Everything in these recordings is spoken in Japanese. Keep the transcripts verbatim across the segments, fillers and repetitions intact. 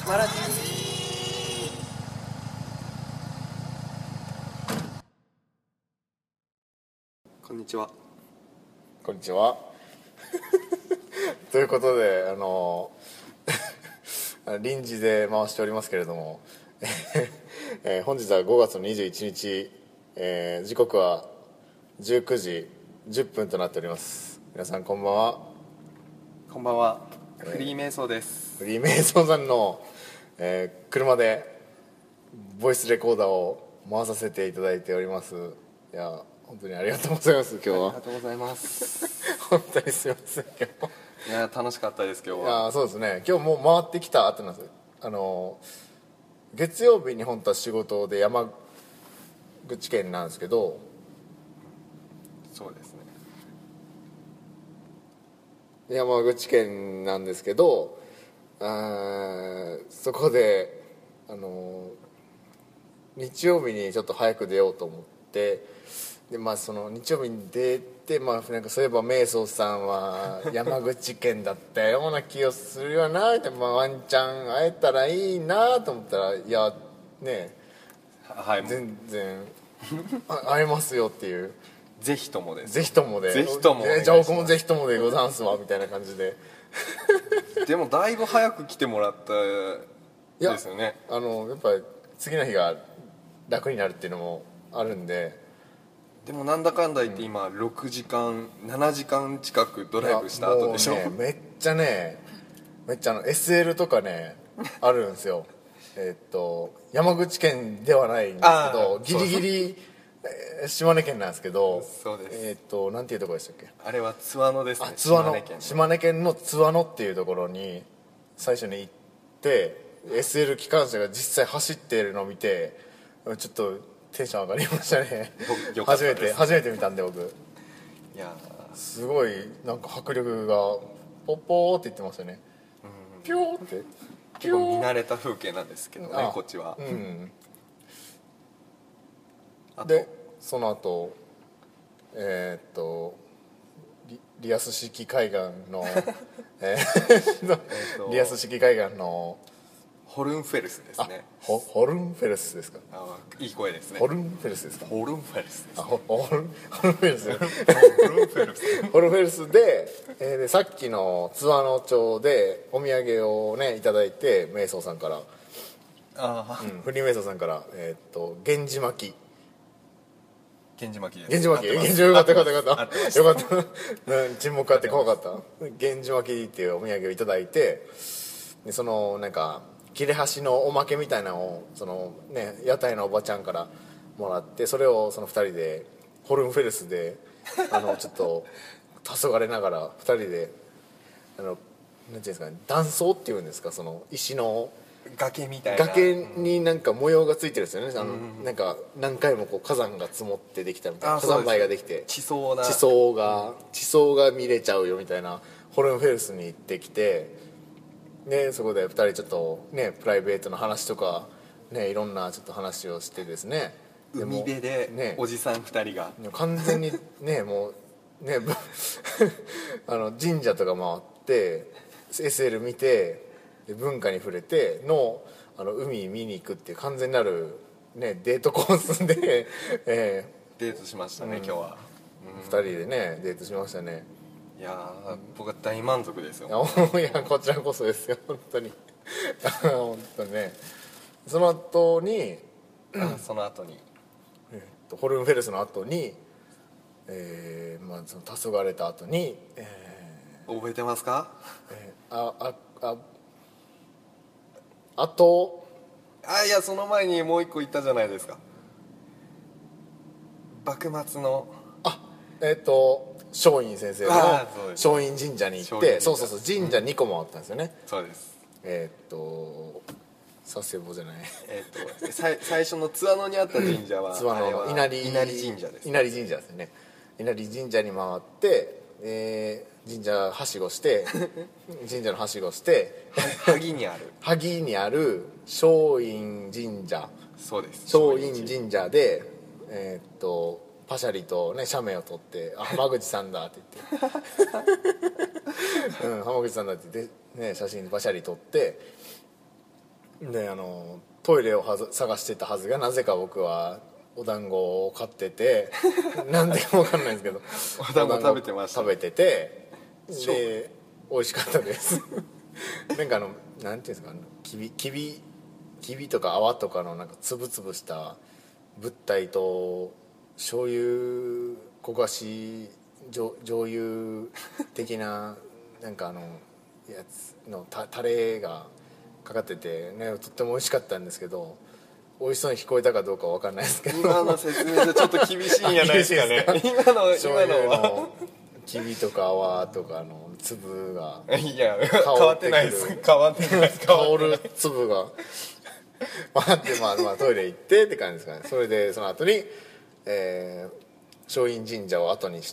マラジこんにちは。 こんにちはということで、あの臨時で回しておりますけれども、えー本日はごがつのにじゅういちにち、えー時刻はじゅうくじじゅっぷんとなっております。皆さんこんばんは。 こんばんは。フリーメイソーです。 フリーメイソンさんの、えー車でボイスレコーダーを回させていただいております。いや本当にありがとうございます。今日ありはがとうございます。 本当にすいません。今日いや楽しかったです今日いは。 やそうですね、今日もう回ってきた後なんですよ。あの月曜日に本当は仕事で山口県なんですけど、 そうですね。 山口県なんですけど、あーそこであの日曜日にちょっと早く出ようと思って、で、まあ、その日曜日に出て、まあ、なんかそういえば瞑想さんは山口県だったような気がするよなって、まあ、ワンチャン会えたらいいなと思ったら、いやねはい。 全然あ会えますよっていう、 ぜひともです。 ぜひともで、 ぜひともお願いしますじゃあ僕もぜひともでござんすわみたいな感じで、 でもだいぶ早く来てもらったですよね。 あのやっぱり次の日が楽になるっていうのもあるんで、 でもなんだかんだ言って今ろくじかんななじかん近くドライブした後でしょ。 いやもうねめっちゃねめっちゃあの エスエル とかねあるんですよ。えっと山口県ではないんですけあど、 ーギリギリえー島根県なんですけど、 そうです。 えっとなんていうところでしたっけ。 あれは津和野ですね。 あ津和野島根県の島根県の津和野っていうところに最初に行って、 エスエル 機関車が実際走っているのを見てちょっとテンション上がりましたね。初よかったですめて初めて見たんで僕、 いやすごいなんか迫力がポッポーって言ってましたよね。ピューってピ結構見ュー慣れた風景なんですけどねあこっちは。 うんあとでその後えーっとリリアス式海岸のえーっととリアス式海岸のホルンフェルスですあね。 ホホルンフェルスですか。 あいい声ですね。 ホルンフェルスですか。 ホルンフェルスです。 あホホルンホルンフェルスホルンフェルス。 ホルンフェルスで、えーでさっきの津和野町でお土産をねいただいて、瞑想さんから、 ああ、 うん、フリーメイソーさんからえーっと源氏巻き源氏巻きです。 源氏巻き合ってます源氏よかったよかったよかっ合ってますたよかったうん沈黙あって怖かった源氏巻きっていうお土産をいただいて、でそのなんか切れ端のおまけみたいなのをそのね屋台のおばちゃんからもらって、それをそのふたりでホルンフェルスであのちょっと黄昏ながらふたりであのなんていうんですかね、断層っていうんですか、その石の崖みたいな。 崖になんか模様がついてるんですよね。あのなんか何回もこう火山が積もってできたみたいな、 あ火山灰ができて地層な地層が地層が見れちゃうよみたいなホルンフェルスに行ってきて、でそこでふたりちょっとねプライベートの話とかねいろんなちょっと話をしてですね、でも海辺でねおじさんふたりが、 完全にねもうねぶあの神社とか回って エスエル 見てで文化に触れてのあの海見に行くっていう完全なる、ね、デートコースで、えデートしましたね、 うん今日は。 ー、ふたりでねデートしましたね。 いやー僕は大満足ですよ。 いやこちらこそですよ本当に本当にね。その後に、 あその後にえーとホルンフェルスの後に、えーまあ、その黄昏れた後に、え覚えてますか？ ーえーああああとあいやその前にもう一個言ったじゃないですか。幕末のあえっ、と松陰先生のあーそうです松陰神社に行っ松陰神社て、そうそうそう神社にこもあったんですよね。 そうです。 えっ、と佐世保じゃないえっ、とさい最初の津和野にあった神社は津和野あれはの稲荷稲荷神社です。 稲荷神社ですね。稲荷神社に回って、えー神社はしごして神社のはしごして萩にある。 萩にある松陰神社そうです。 松陰神社でえーっとパシャリとね写メを撮って「あ浜口さんだ」って言って「うん浜口さんだ」って言って、ね、写真パシャリ撮ってであのトイレをはず探してたはずがなぜか僕はお団子を買っててなんでか分かんないんですけどお団子食べてました食べててで美味しかったですなんかあのなんていうんですか、きびきびきびとか泡とかのなんかつぶつぶした物体と醤油焦がし醤醤油的ななんかあのやつのたタレがかかっててね、とっても美味しかったんですけど、美味しそうに聞こえたかどうかわかんないですけど、 今の説明じゃちょっと厳しいんじゃないですかね今の醤今のは油のきびとか泡とかの粒がいや変わってないです変わってないです香る粒がまあでまあまあトイレ行ってって感じですかね。それでその後に、えー、松陰神社を後にして、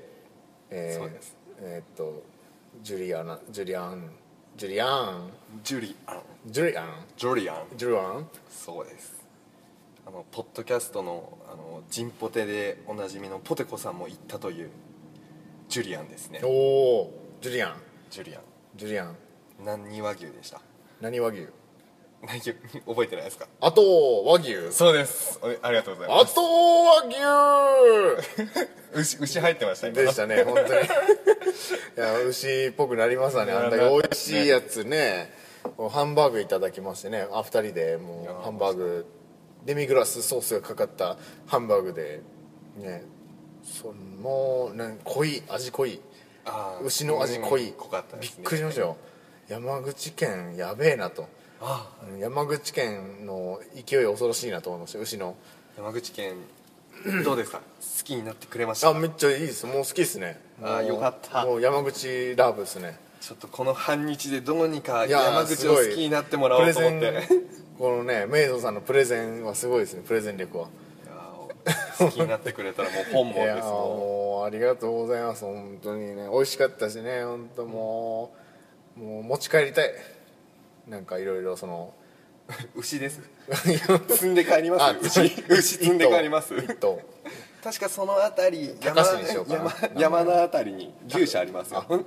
えー、 そうですえーっとジュリアナジュリアンジュリアンジュリアンジュリアンジュリアンジュリアンそうです。あのポッドキャストのあのジンポテでおなじみのポテコさんも行ったというジュリアンですね。 おおジュリアンジュリアンジュリアン何和牛でした？ 何和牛何牛覚えてないですか？ あと和牛そうです。おありがとうございます。 あと和牛牛牛入ってました今でしたね本当にいや牛っぽくなりますわね。あんだけ美味しいやつね、ハンバーグいただきましてね、あふたりでもうハンバーグデミグラスソースがかかったハンバーグでね、そのね濃い味濃いあー牛の味濃い、 うん濃かったでびっすねくりしましたよ。山口県やべえなと、 あうん山口県の勢い恐ろしいなと思いました。牛の山口県どうですか？好きになってくれましたか？ あめっちゃいいです。もう好きですね。 あもうよかったもう山口ラブですね。 ちょっとこの半日でどうにかいやー山口を好きになってもらおうと思ってプレゼンこのねメイゾーさんのプレゼンはすごいですね。プレゼン力は。 いやー好きになってくれたらもう本望いやーですももうありがとうございます。本当にね美味しかったしね、本当もう、もう持ち帰りたい。なんかいろいろそのう牛です積んで帰りまあす牛牛積んで帰ります一頭確かその辺り高山橋にしようかな山山の辺りに牛舎ありますよあ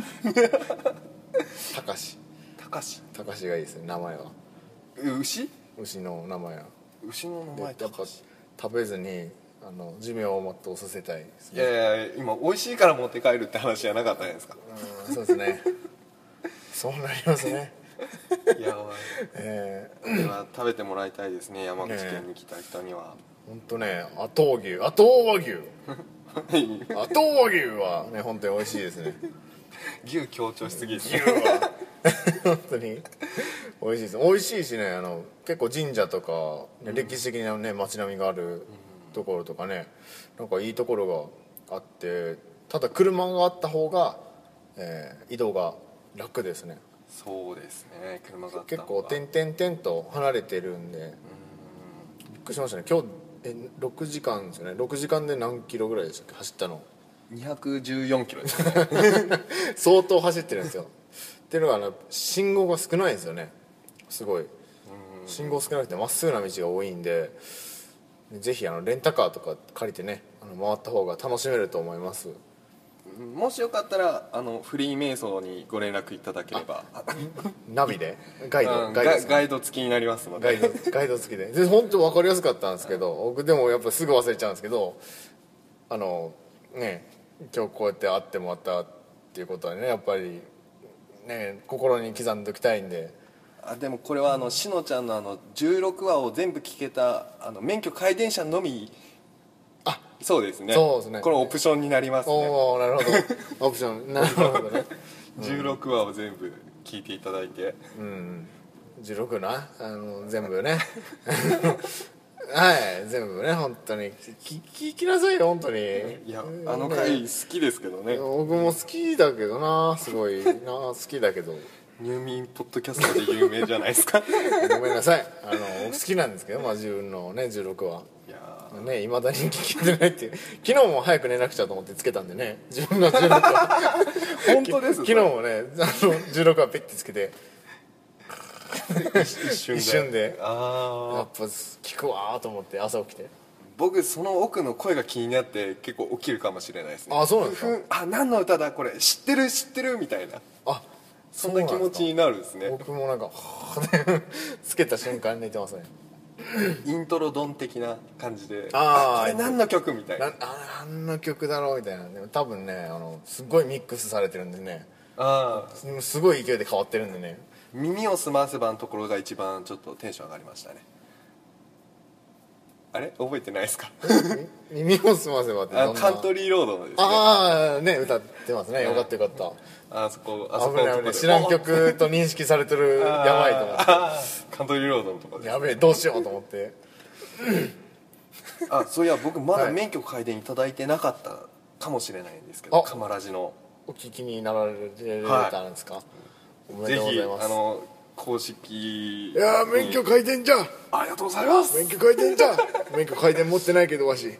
高し高し高しがいいですね名前は。 牛牛の名前は牛の名前でやっぱ高し食べずにあの寿命を全うさせたいですいね。 やいや今美味しいから持って帰るって話じゃなかったじゃないですかうんそうですねそうなりますねいやえこれは食べてもらいたいですね山口県に来た人にはー、ほんとね後和牛後和牛後和牛はね本当に美味しいですね牛強調しすぎです牛は本当に美味しいです。美味しいしね、あの結構神社とか、ね歴史的なね街並みがあるところとかね、なんかいいところがあって、ただ車があった方が、えー移動が楽ですね。 そうですね車があった結構方が点々点と離れてるんで、びっくりしましたね。今日えろくじかんですよね。ろくじかんで何キロぐらいでしたっけ走ったの。 にひゃくじゅうよんキロですね相当走ってるんですよっていうのがあの信号が少ないんですよね。すごい信号少なくてまっすぐな道が多いんで、ぜひあのレンタカーとか借りてねあの回った方が楽しめると思います。 もしよかったらあのフリー瞑想にご連絡いただければナビでガイドうんガイドですかガイド付きになりますのでガイドガイド付きでで本当分かりやすかったんですけど、僕でもやっぱすぐ忘れちゃうんですけど、あのね今日こうやって会ってもらったっていうことはねやっぱりね心に刻んでおきたいんで。 あでもこれはあのしのちゃんのあのじゅうろくわを全部聞けたあの免許皆電車のみあそうですねそうですねこれオプションになりますねおおなるほどオプションなるほどねじゅうろくわを全部聞いていただいてうんじゅうろくなあの全部ねはい全部ね本当に聞聞きなさいよ本当に。 いやあの回好きですけどね僕も好きだけどなすごいな好きだけど入眠ポッドキャストで有名じゃないですかごめんなさいあの好きなんですけど、まあ、自分のねじゅうろくはいやねいまだに聞けてないっていう昨日も早く寝なくちゃと思ってつけたんでね自分のじゅうろくは本当です昨日もねあのじゅうろくはピッてつけて一瞬で一瞬であやあっぱ聞くわーと思って朝起きて。 僕その奥の声が気になって結構起きるかもしれないですねあそうなんですか。 ふんあ何の歌だこれ知ってる知ってるみたいなあそんな気持ちになるんですね。 僕もなんかはぁつけた瞬間に寝てますね。 イントロドン的な感じで、 あーこれ何の曲みたいな。 なあ何の曲だろうみたいな。でも多分ねあのすごいミックスされてるんでね、 ああ、 すすごい勢いで変わってるんでね。 耳をすませばのところが一番ちょっとテンション上がりましたね。あれ覚えてないですか？ 耳をすませばってどんなあカントリーロードのですね。 ああね歌ってますね。よかったよかった。 あそこあそこのとこで危ない危ない知らん曲と認識されてるやばいと思ってあーカントリーロードのところで。 やべえどうしようと思ってあそういや僕まだはい免許改伝いただいてなかったかもしれないんですけど、 あカマラジのお聞きになられたんですか、おめでぜひとうございます。 あの公式いやー免許改伝じゃありがとうございます。 免許改伝じゃ免許改伝持ってないけどわしすい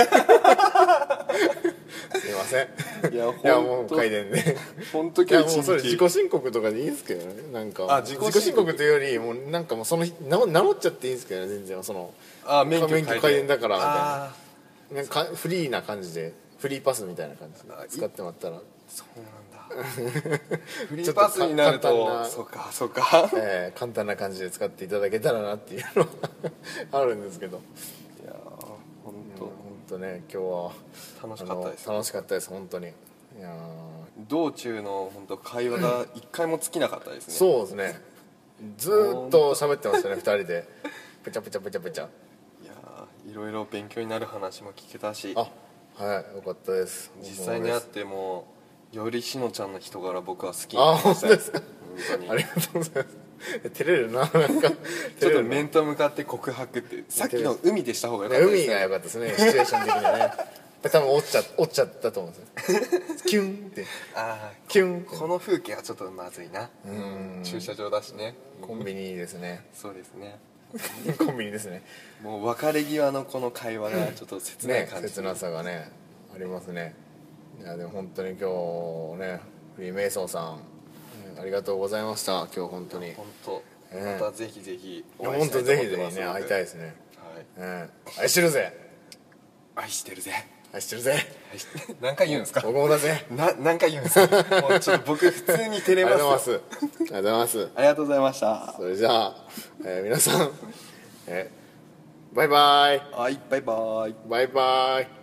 ませんいやいやもう改伝で本当いや今日一もうそれ自日己申告とかでいいんですけどね。なんかあ自己申告申告というよりもうなんかもうその日名名乗っちゃっていいんですけどね。全然そのあ免許免許改伝だからみたいなあなんかフリーな感じでフリーパスみたいな感じあで使ってもらったら、 そうなんだフリーパスになるちょっと簡単なとそうかそうかえー簡単な感じで使っていただけたらなっていうのはあるんですけど、 いやー本本当ね今日は当楽しかったですあの楽しかったです本当に。いや道中の本当会話が一回も尽きなかったですね。 そうですねずーっと喋ってましたねふたりでペチャペチャペチャペチャ。 いやーいろいろ勉強になる話も聞けたし、 あはいよかったです。 実際に会ってもよりしのちゃんの人柄僕は好きにあなりました本当ですか。 本当にありがとうございます照れるななんかちょっ照れるなと面と向かって告白ってさっきの海でした方がよかねったですね。 海が良かったですねシチュエーション的にはね多分落ちちゃ落ちちゃったと思うんですよキュンってあキュンってあこの風景はちょっとまずいな。 うん駐車場だしね。 コンビニですねそうですね。 コンビニですねもう別れ際のこの会話がちょっと切ないね感じ、 切なさがねありますね。いやでも本当に今日ねフリーメイソンさんうんありがとうございました。今日本当に本当、 ええまたぜひぜひいやお会いしたいと本当ぜひ思ってますぜひね会いたいですね。 はい、 うん愛してるぜ愛してるぜ。 愛してるぜ愛し何回言うんですか？ 僕もだぜな何回言うんですか？もうちょっと僕普通に照れありがますよ。 とうございますありがとうございますありがとうございました。 それじゃあ、えー皆さん、えーバイバイはいバイバイ。 バイバイ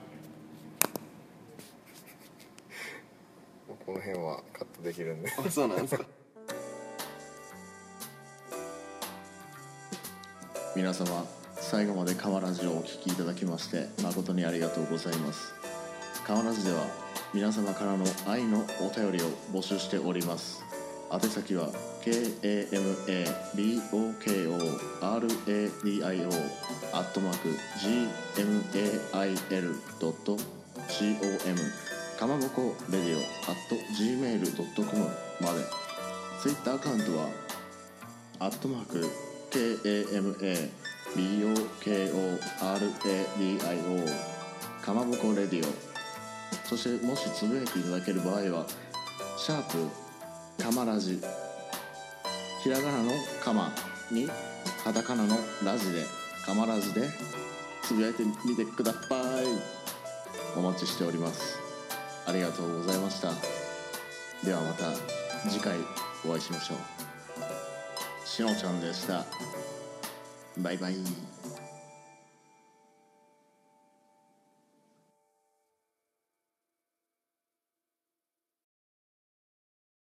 この辺はカットできるんであそうなんですか。 皆様最後まで川ラジをお聞きいただきまして誠にありがとうございます。川ラジでは皆様からの愛のお便りを募集しております。宛先は ケーエーエムエービーオーケーオーアールエーディーアイオー アットマーク ジーエムエーアイエルドットコム かまぼこレディオ アットジーメールドットコム まで。ツイッターアカウントはアットマーク ケーエーエムエービーオーケーオーアールエーディーアイオー かまぼこレディオ。そしてもしつぶやいていただける場合はシャープかまラジ、ひらがなのかまにカタカナのラジでかまラジでつぶやいてみてください。お待ちしております。ありがとうございました。ではまた次回お会いしましょう。しのちゃんでした。バイバイ。